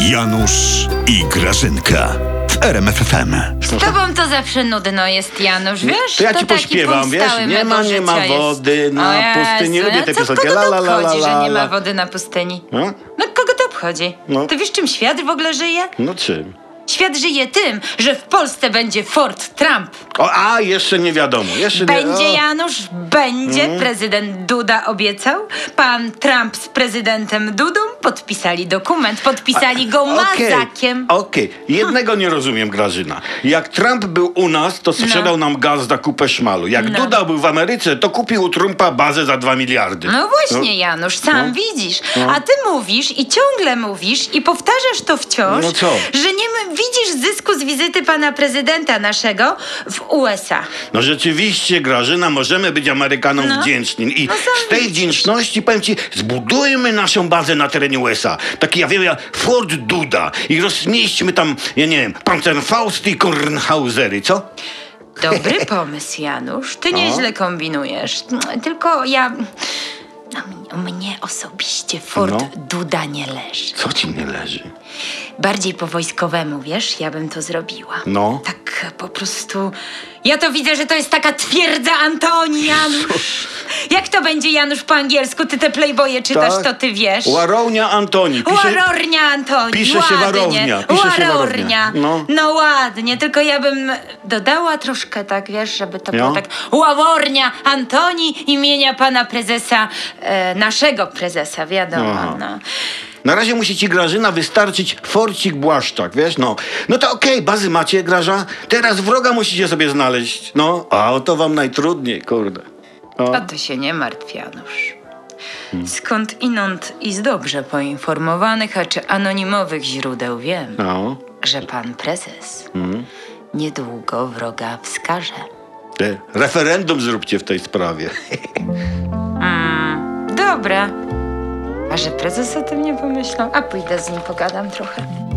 Janusz i Grażynka w RMF FM. Z tobą to zawsze nudno jest, Janusz, wiesz? To ja ci taki pośpiewam, punkt wiesz? stały Nie mego ma życia wody jest. na pustyni. Lubię te piosenki. Co kogo to obchodzi, że nie ma la. wody na pustyni? No? No kogo to obchodzi? No. Ty wiesz, czym świat w ogóle żyje? No czym? Świat żyje tym, że w Polsce będzie Fort Trump. Jeszcze nie wiadomo. Będzie, Janusz, będzie. Prezydent Duda obiecał. Pan Trump z prezydentem Dudą podpisali dokument. Podpisali go mazakiem. Okej. Jednego nie rozumiem, Grażyna. Jak Trump był u nas, to sprzedał nam gaz za kupę szmalu. Jak Duda był w Ameryce, to kupił u Trumpa bazę za 2 miliardy. No właśnie, Janusz, sam widzisz. A ty mówisz i ciągle mówisz i powtarzasz to wciąż, No co? że nie widzisz zysku z wizyty pana prezydenta naszego w USA. No rzeczywiście, Grażyna, możemy być Amerykanom No. wdzięczni. I No sam z tej widzisz. wdzięczności, powiem ci, zbudujmy naszą bazę na terenie USA. Taki, ja wiem, Fort Duda. I rozmieśćmy tam, ja nie wiem, Panzerfausty i Kornhausery, co? Dobry pomysł, Janusz. Ty nieźle kombinujesz. Tylko ja... Mnie osobiście Fort Duda nie leży. Co ci nie leży? Bardziej po wojskowemu, wiesz, ja bym to zrobiła. No. Tak po prostu... Ja to widzę, że to jest taka twierdza Antoni, Janusz. Jak to będzie, Janusz, po angielsku? Ty te playboye czytasz, Tak. to ty wiesz. Warownia Antoni. Warownia Antoni. pisze się ładnie. warownia, pisze się warownia. Warownia. No ładnie, tylko ja bym dodała troszkę tak, wiesz, żeby to było No. tak. Ławornia Antoni imienia pana prezesa, naszego prezesa, wiadomo. Aha. No. Na razie musi ci, Grażyna, wystarczyć forcik Błaszczak, wiesz, no. No to okej, bazy macie, Graża. Teraz wroga musicie sobie znaleźć. No, a o to wam najtrudniej, kurde. A ty się nie martw, Janusz. Skąd inąd i z dobrze poinformowanych, a czy anonimowych źródeł wiem, No. że pan prezes niedługo wroga wskaże. Referendum zróbcie w tej sprawie. Dobra. A że prezes o tym nie pomyślał? A pójdę z nim pogadam trochę.